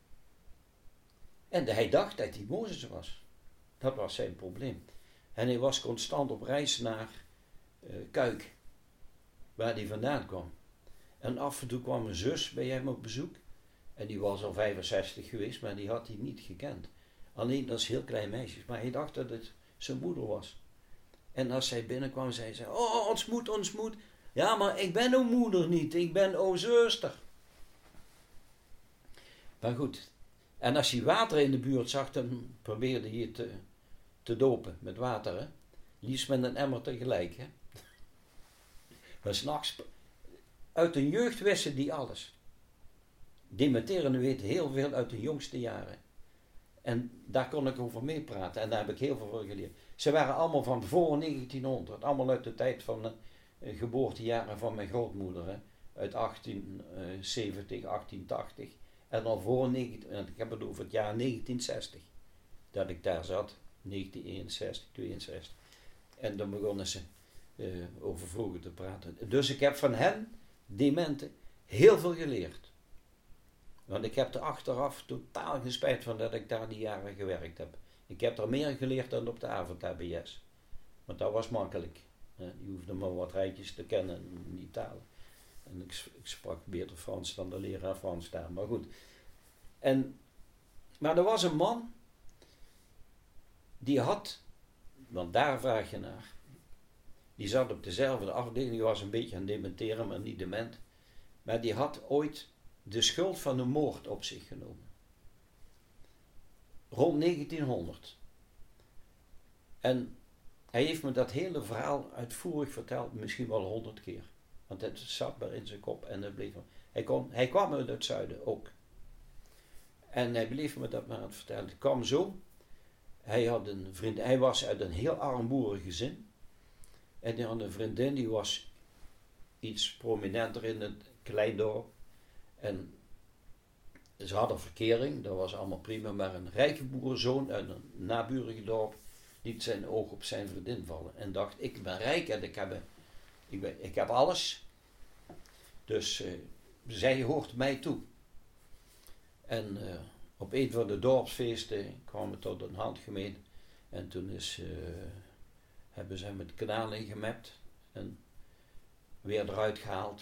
En hij dacht dat hij Mozes was. Dat was zijn probleem. En hij was constant op reis naar uh, Kuik, waar hij vandaan kwam. En af en toe kwam een zus bij hem op bezoek. En die was al vijfenzestig geweest, maar die had hij niet gekend. Alleen dat is heel klein meisje. Maar hij dacht dat het zijn moeder was. En als zij binnenkwam, zei ze: oh, ons moet, ons moet. Ja, maar ik ben uw moeder niet. Ik ben uw zuster. Maar goed. En als hij water in de buurt zag, dan probeerde hij het te, te dopen met water. Hè? Liefst met een emmer tegelijk. Hè? Maar 's nachts, uit de jeugd wisten die alles. Dementerende weten heel veel uit de jongste jaren. En daar kon ik over meepraten. En daar heb ik heel veel van geleerd. Ze waren allemaal van voor negentienhonderd. Allemaal uit de tijd van de uh, geboortejaren van mijn grootmoeder. Hè? Uit achttien zeventig, achttien tachtig. En dan voor, negentien, ik heb het over het jaar negentien zestig. Dat ik daar zat. negentien eenenzestig, tweeënzestig. En dan begonnen ze uh, over vroeger te praten. Dus ik heb van hen, dementen, heel veel geleerd. Want ik heb er achteraf totaal geen spijt van dat ik daar die jaren gewerkt heb. Ik heb er meer geleerd dan op de avond-H B S. Want dat was makkelijk. Je hoefde maar wat rijtjes te kennen en niet talen. En ik, ik sprak beter Frans dan de leraar Frans daar. Maar goed. En, maar er was een man. Die had. Want daar vraag je naar. Die zat op dezelfde afdeling. Die was een beetje aan het dementeren, maar niet dement. Maar die had ooit de schuld van een moord op zich genomen. Rond negentienhonderd. En hij heeft me dat hele verhaal uitvoerig verteld, misschien wel honderd keer. Want het zat maar in zijn kop en het bleef. Hij, kon, hij kwam uit het zuiden ook. En hij bleef me dat maar aan het vertellen. Het kwam zo. Hij had een vriend, hij was uit een heel arm boerengezin. En hij had een vriendin die was iets prominenter in het kleindorp. En ze hadden verkering, dat was allemaal prima, maar een rijke boerenzoon uit een naburige dorp liet zijn oog op zijn vriendin vallen. En dacht: ik ben rijk en ik heb, ik ben, ik heb alles. Dus uh, zij hoort mij toe. En uh, op een van de dorpsfeesten kwam het tot een handgemeen. En toen is, uh, hebben ze hem het kanaal ingemapt en weer eruit gehaald.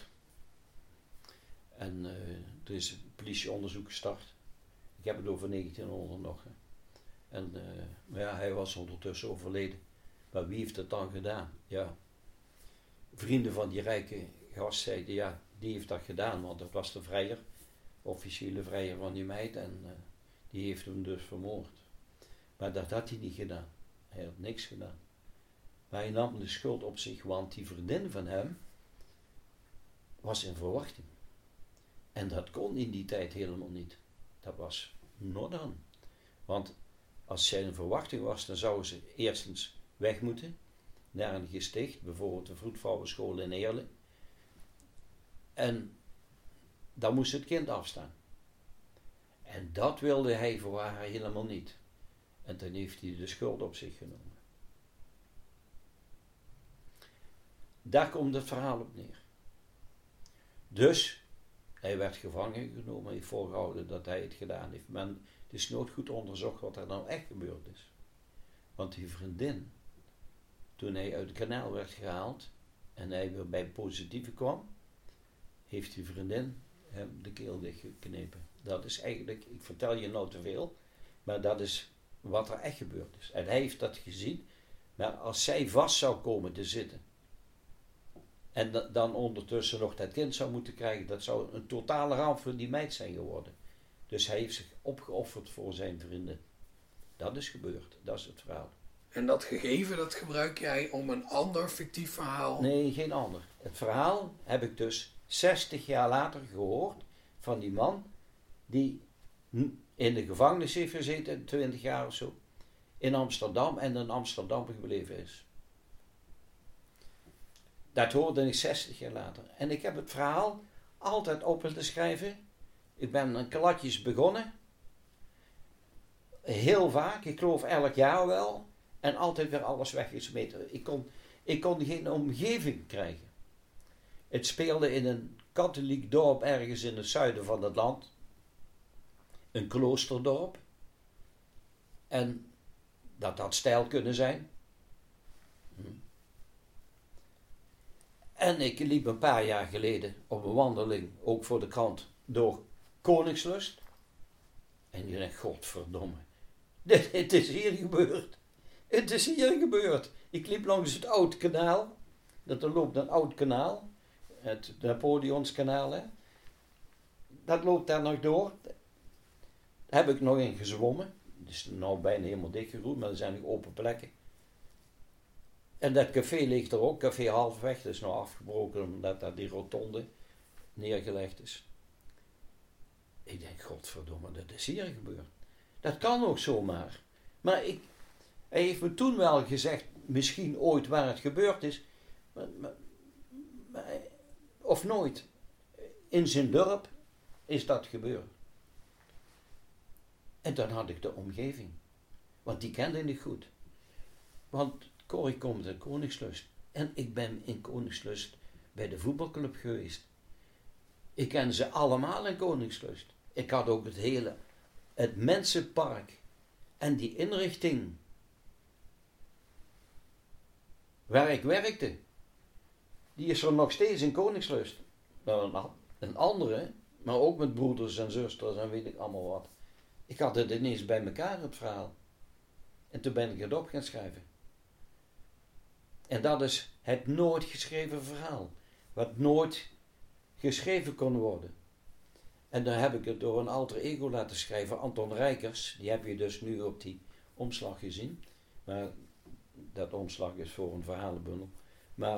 En uh, er is een politieonderzoek gestart. Ik heb het over negentienhonderd nog. Hè. En uh, maar ja, hij was ondertussen overleden. Maar wie heeft het dan gedaan? Ja, vrienden van die rijke gast zeiden: ja, die heeft dat gedaan, want dat was de vrijer, officiële vrijer van die meid, en uh, die heeft hem dus vermoord. Maar dat had hij niet gedaan. Hij had niks gedaan. Maar hij nam de schuld op zich, want die vriendin van hem was in verwachting. En dat kon in die tijd helemaal niet. Dat was not done. Want als zij in verwachting was, dan zou ze eerstens weg moeten naar een gesticht, bijvoorbeeld de Vroedvrouwenschool in Eerlijk. En dan moest het kind afstaan. En dat wilde hij voor haar helemaal niet. En toen heeft hij de schuld op zich genomen. Daar komt het verhaal op neer. Dus, hij werd gevangen genomen, heeft voorgehouden dat hij het gedaan heeft. Maar het is nooit goed onderzocht wat er nou echt gebeurd is. Want die vriendin, toen hij uit het kanaal werd gehaald en hij weer bij positieve kwam, heeft die vriendin hem de keel dichtgeknepen. Dat is eigenlijk, ik vertel je nou te veel, maar dat is wat er echt gebeurd is. En hij heeft dat gezien, maar als zij vast zou komen te zitten en da- dan ondertussen nog dat kind zou moeten krijgen, dat zou een totale ramp voor die meid zijn geworden. Dus hij heeft zich opgeofferd voor zijn vriendin. Dat is gebeurd, dat is het verhaal. En dat gegeven, dat gebruik jij om een ander fictief verhaal... Nee, geen ander. Het verhaal heb ik dus zestig jaar later gehoord van die man die in de gevangenis heeft gezeten, twintig jaar of zo, in Amsterdam en in Amsterdam gebleven is. Dat hoorde ik zestig jaar later. En ik heb het verhaal altijd op willen schrijven. Ik ben een kladjes begonnen. Heel vaak, ik geloof elk jaar wel. En altijd weer alles weggesmeten. Ik kon, ik kon geen omgeving krijgen. Het speelde in een katholiek dorp ergens in het zuiden van het land. Een kloosterdorp. En dat had stijl kunnen zijn. Hm. En ik liep een paar jaar geleden op een wandeling, ook voor de krant, door Koningslust. En je denkt, godverdomme, dit, het is hier gebeurd. Het is hier gebeurd. Ik liep langs het Oud Kanaal. Dat er loopt een Oud Kanaal. Het Napoleonskanaal, hè. Dat loopt daar nog door. Daar heb ik nog in gezwommen. Het is nou bijna helemaal dichtgegroeid, maar er zijn nog open plekken. En dat café ligt er ook, Café Halfweg. Dat is nou afgebroken omdat daar die rotonde neergelegd is. Ik denk, godverdomme, dat is hier gebeurd. Dat kan ook zomaar. Maar ik, hij heeft me toen wel gezegd, misschien ooit waar het gebeurd is. Maar, maar, maar, of nooit. In zijn dorp is dat gebeurd. En dan had ik de omgeving. Want die kende ik niet goed. Want Corrie komt uit Koningslust. En ik ben in Koningslust bij de voetbalclub geweest. Ik ken ze allemaal in Koningslust. Ik had ook het hele, het Mensenpark. En die inrichting. Waar ik werkte. Die is er nog steeds in Koningslust. Nou, een andere, maar ook met broeders en zusters en weet ik allemaal wat. Ik had het ineens bij elkaar, het verhaal. En toen ben ik het op gaan schrijven. En dat is het nooit geschreven verhaal. Wat nooit geschreven kon worden. En dan heb ik het door een alter ego laten schrijven, Anton Rijkers. Die heb je dus nu op die omslag gezien. Maar dat omslag is voor een verhalenbundel. Maar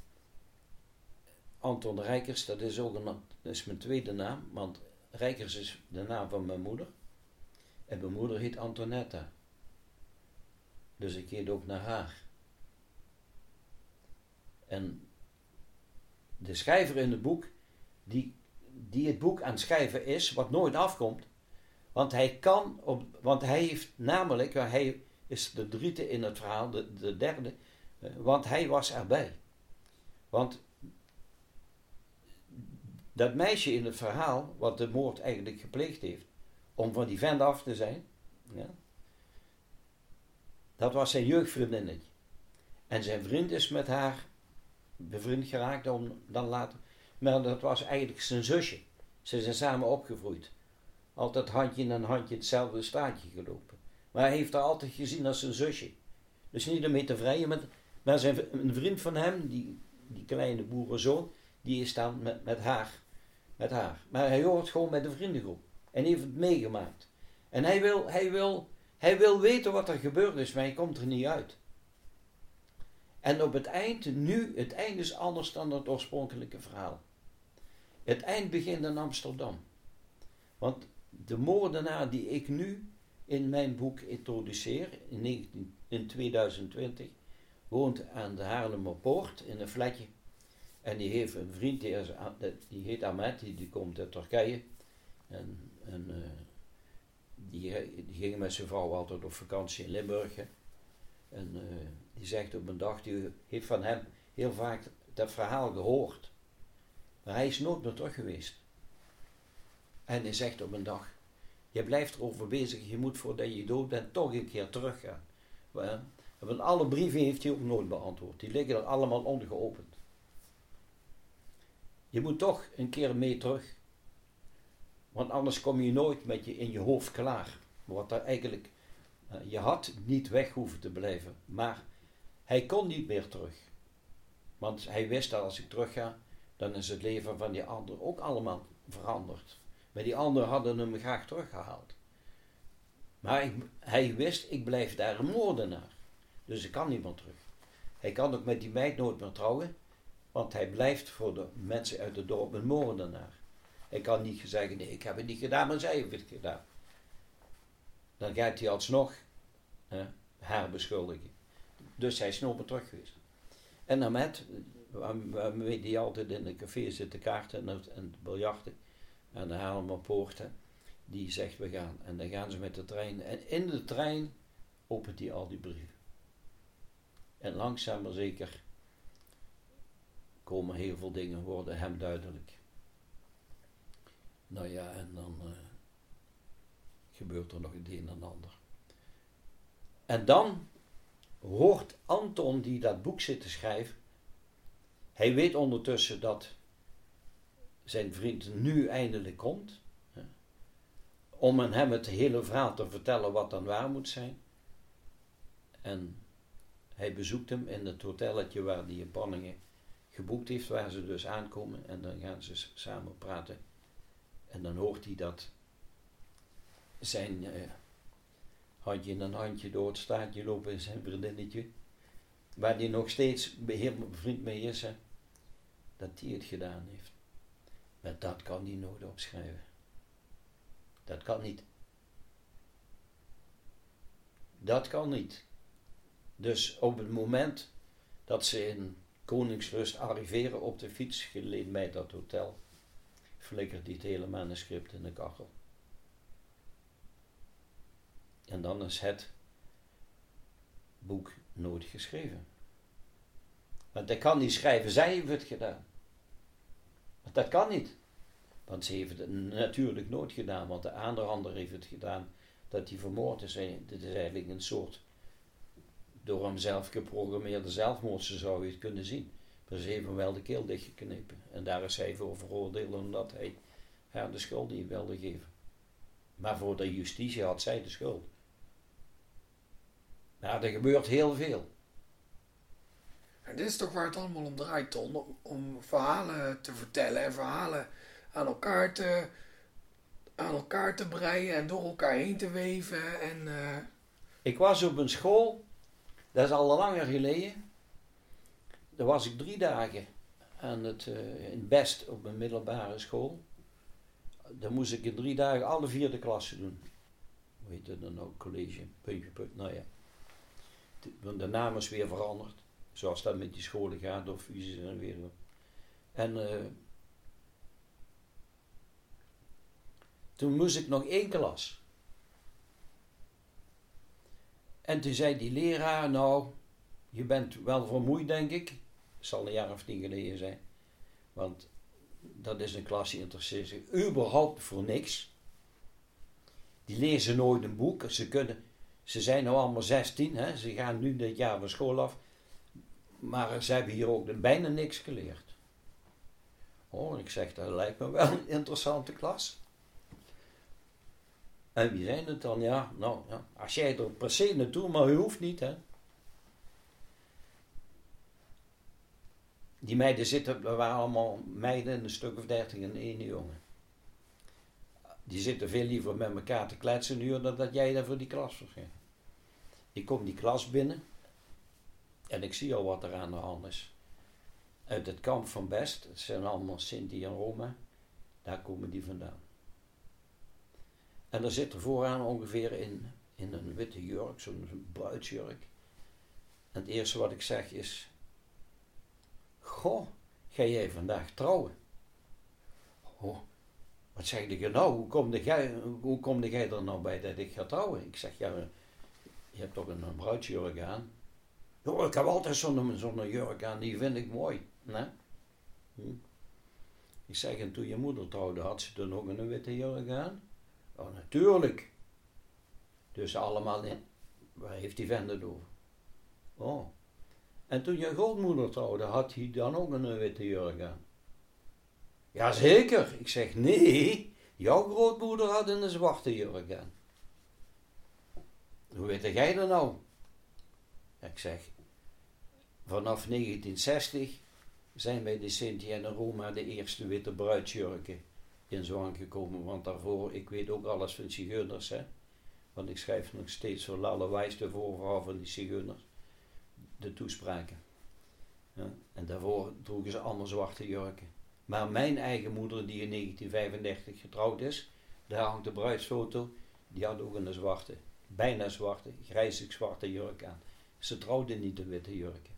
Anton Rijkers, dat is ook een, dat is mijn tweede naam. Want Rijkers is de naam van mijn moeder. En mijn moeder heet Antonetta. Dus ik heet ook naar haar. En de schrijver in het boek, die, die het boek aan het schrijven is, wat nooit afkomt, want hij kan, op, want hij heeft namelijk, hij is de driete in het verhaal, de, de derde, want hij was erbij. Want dat meisje in het verhaal, wat de moord eigenlijk gepleegd heeft, om van die vent af te zijn, ja, dat was zijn jeugdvriendinnetje. En zijn vriend is met haar bevriend geraakt dan, dan later. Maar dat was eigenlijk zijn zusje. Ze zijn samen opgegroeid. Altijd handje in handje hetzelfde straatje gelopen. Maar hij heeft haar altijd gezien als zijn zusje. Dus niet ermee te vrijen. Met, maar zijn, een vriend van hem, die, die kleine boerenzoon, die is dan met, met, haar, met haar. Maar hij hoort gewoon met de vriendengroep. En heeft het meegemaakt. En hij wil, hij, wil, hij wil weten wat er gebeurd is, maar hij komt er niet uit. En op het eind, nu, het eind is anders dan het oorspronkelijke verhaal. Het eind begint in Amsterdam. Want de moordenaar die ik nu in mijn boek introduceer, in, negentien, in tweeduizend twintig, woont aan de Haarlemmerpoort in een flatje. En die heeft een vriend, die, is, die heet Ahmet, die, die komt uit Turkije. En, en uh, die, die ging met zijn vrouw altijd op vakantie in Limburg. Hè. En uh, die zegt op een dag, die heeft van hem heel vaak dat verhaal gehoord. Maar hij is nooit meer terug geweest. En hij zegt op een dag, je blijft erover bezig, je moet voordat je dood bent toch een keer teruggaan. Want alle brieven heeft hij ook nooit beantwoord. Die liggen er allemaal ongeopend. Je moet toch een keer mee terug. Want anders kom je nooit met je in je hoofd klaar. Wat er eigenlijk, uh, je had niet weg hoeven te blijven. Maar hij kon niet meer terug. Want hij wist dat als ik terug ga, dan is het leven van die anderen ook allemaal veranderd. Maar die anderen hadden hem graag teruggehaald. Maar ik, hij wist, ik blijf daar een moordenaar. Dus ik kan niet meer terug. Hij kan ook met die meid nooit meer trouwen. Want hij blijft voor de mensen uit het dorp een moordenaar. Hij kan niet zeggen, nee, ik heb het niet gedaan, maar zij heeft het gedaan. Dan gaat hij alsnog hè, haar beschuldigen. Dus hij is nooit meer terug geweest. En Ahmet, waarmee die altijd in een café zit te kaarten en, en biljarten. En de Haarlemmerpoort, die zegt we gaan. En dan gaan ze met de trein. En in de trein opent hij al die brieven. En langzaam maar zeker komen heel veel dingen, worden hem duidelijk. Nou ja, en dan uh, gebeurt er nog het een en ander. En dan hoort Anton, die dat boek zit te schrijven, hij weet ondertussen dat zijn vriend nu eindelijk komt, hè, om aan hem het hele verhaal te vertellen wat dan waar moet zijn. En hij bezoekt hem in het hotelletje waar hij in Panningen geboekt heeft, waar ze dus aankomen. En dan gaan ze samen praten. En dan hoort hij dat zijn uh, handje in een handje door het straatje lopen in zijn vriendinnetje, waar hij nog steeds heel bevriend mee is, hè, dat hij het gedaan heeft. Maar dat kan hij nooit opschrijven. Dat kan niet. Dat kan niet. Dus op het moment dat ze in Koningsrust arriveren op de fiets, geleend bij dat hotel, flikkert hij het hele manuscript in de kachel. En dan is het boek nooit geschreven. Want hij kan niet schrijven, zij heeft het gedaan. Want dat kan niet. Want ze heeft het natuurlijk nooit gedaan, want de aanrander heeft het gedaan dat hij vermoord is. Dit is eigenlijk een soort door hem zelf geprogrammeerde zelfmoord, zo zou je het kunnen zien. Maar ze heeft hem wel de keel dichtgeknepen. En daar is hij voor veroordeeld omdat hij haar de schuld niet wilde geven. Maar voor de justitie had zij de schuld. Nou, er gebeurt heel veel. En dit is toch waar het allemaal om draait, Ton? Om, om verhalen te vertellen en verhalen aan elkaar te, aan elkaar te breien en door elkaar heen te weven. En, uh... Ik was op een school, dat is al langer geleden. Daar was ik drie dagen aan het, uh, in Best op een middelbare school. Dan moest ik in drie dagen alle vierde klassen doen. Hoe heet het dan ook? College, puntje, punt, nou ja. De, de naam is weer veranderd. Zoals dat met die scholen gaat, door fusies en weer. En uh, toen moest ik nog één klas. En toen zei die leraar, nou, je bent wel vermoeid, denk ik. Het zal een jaar of tien geleden zijn. Want dat is een klas die interesseert zich überhaupt voor niks. Die lezen nooit een boek. Ze kunnen, ze zijn nou allemaal zestien, hè? Ze gaan nu dit jaar van school af. Maar ze hebben hier ook bijna niks geleerd. Oh, ik zeg, dat lijkt me wel een interessante klas. En wie zijn het dan? Ja, nou, ja. Als jij er per se naartoe, maar u hoeft niet, hè. Die meiden zitten, er waren allemaal meiden, een stuk of dertig en één jongen. Die zitten veel liever met elkaar te kletsen nu, dan dat jij daar voor die klas verschijnt. Ik kom die klas binnen en ik zie al wat er aan de hand is. Uit het kamp van Best, het zijn allemaal Sinti en Roma, daar komen die vandaan. En er zit er vooraan ongeveer in, in een witte jurk, zo'n bruidsjurk. En het eerste wat ik zeg is, goh, ga jij vandaag trouwen? Oh, wat zeg je nou? Hoe kom jij, hoe kom jij er nou bij dat ik ga trouwen? Ik zeg, ja, je hebt toch een, een bruidsjurk aan? Oh, ik heb altijd zo'n zo'n jurk aan, die vind ik mooi. Nee? Hm. Ik zeg, en toen je moeder trouwde, had ze toen ook een witte jurk aan? Oh, natuurlijk. Dus allemaal in. Waar heeft die vent het over? Oh. En toen je grootmoeder trouwde, had hij dan ook een witte jurk aan? Jazeker. Ik zeg, nee, jouw grootmoeder had een zwarte jurk aan. Hoe weet jij dat nou? Ik zeg, vanaf negentien zestig zijn bij de Sinti en de Roma de eerste witte bruidsjurken in zwang gekomen. Want daarvoor, ik weet ook alles van zigeuners, hè. Want ik schrijf nog steeds voor Lalle Wijs, de voorvrouw van die zigeuners, de toespraken. Ja, en daarvoor droegen ze allemaal zwarte jurken. Maar mijn eigen moeder, die in negentien vijfendertig getrouwd is, daar hangt de bruidsfoto, die had ook een zwarte, bijna zwarte, grijzig zwarte jurk aan. Ze trouwde niet de witte jurken.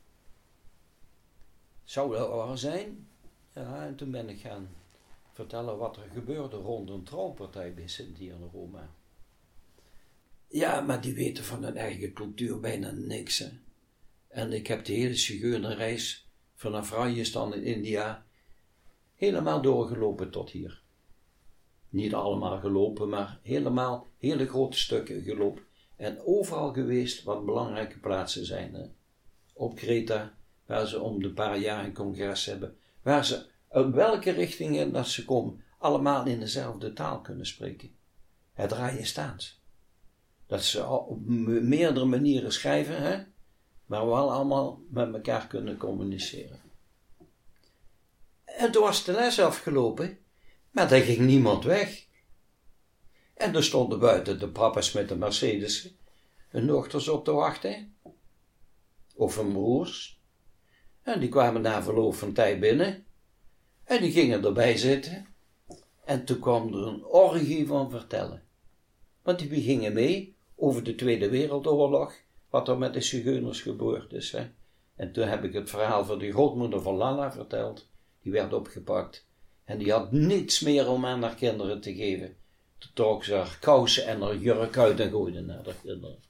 Zou dat waar zijn? Ja, en toen ben ik gaan vertellen wat er gebeurde rond een trouwpartij bij Sinti en Roma. Ja, maar die weten van hun eigen cultuur bijna niks, hè. En ik heb de hele zigeunerreis vanaf Rajasthan in India helemaal doorgelopen tot hier. Niet allemaal gelopen, maar helemaal hele grote stukken gelopen. En overal geweest wat belangrijke plaatsen zijn. Hè. Op Kreta, waar ze om de paar jaar een congres hebben. Waar ze uit welke richtingen dat ze komen, allemaal in dezelfde taal kunnen spreken. Het Rajasthaans. Dat ze op meerdere manieren schrijven, hè, maar wel allemaal met elkaar kunnen communiceren. En toen was de les afgelopen, maar daar ging niemand weg. En er stonden buiten de papa's met de Mercedes hun dochters op te wachten. Of hun broers. En die kwamen na verloop van tijd binnen. En die gingen erbij zitten. En toen kwam er een orgie van vertellen. Want die gingen mee over de Tweede Wereldoorlog. Wat er met de zigeuners gebeurd is. Hè. En toen heb ik het verhaal van die grootmoeder van Lalla verteld. Die werd opgepakt. En die had niets meer om aan haar kinderen te geven. Toen trok ze haar kousen en haar jurk uit en gooide naar haar kinderen.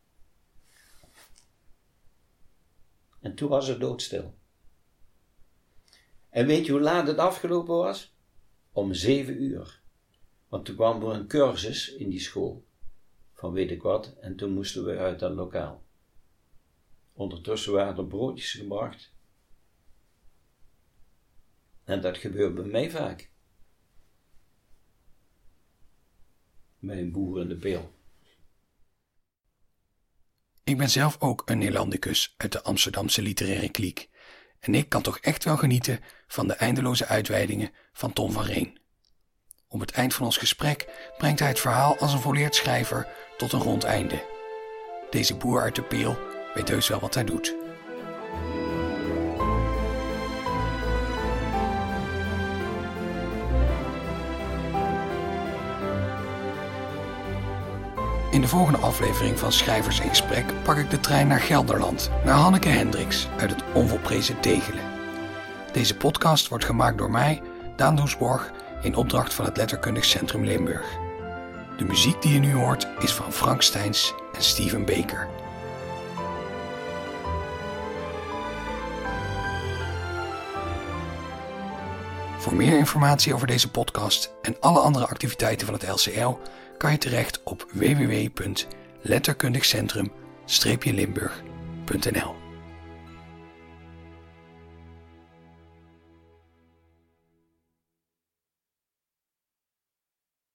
En toen was het doodstil. En weet je hoe laat het afgelopen was? Om zeven uur. Want toen kwam er een cursus in die school. Van weet ik wat. En toen moesten we uit dat lokaal. Ondertussen waren er broodjes gebracht. En dat gebeurt bij mij vaak. Bij een boer in de peel. Ik ben zelf ook een Nederlandicus uit de Amsterdamse literaire kliek. En ik kan toch echt wel genieten van de eindeloze uitweidingen van Ton van Reen. Op het eind van ons gesprek brengt hij het verhaal als een volleerd schrijver tot een rond einde. Deze boer uit de peel weet heus wel wat hij doet. In de volgende aflevering van Schrijvers in Gesprek pak ik de trein naar Gelderland, naar Hanneke Hendricks uit het onvolprezen Tegelen. Deze podcast wordt gemaakt door mij, Daan Doesborg, in opdracht van het Letterkundig Centrum Limburg. De muziek die je nu hoort is van Frank Steins en Steven Baker. Voor meer informatie over deze podcast en alle andere activiteiten van het L C L kan je terecht op w w w punt letterkundigcentrum limburg punt n l.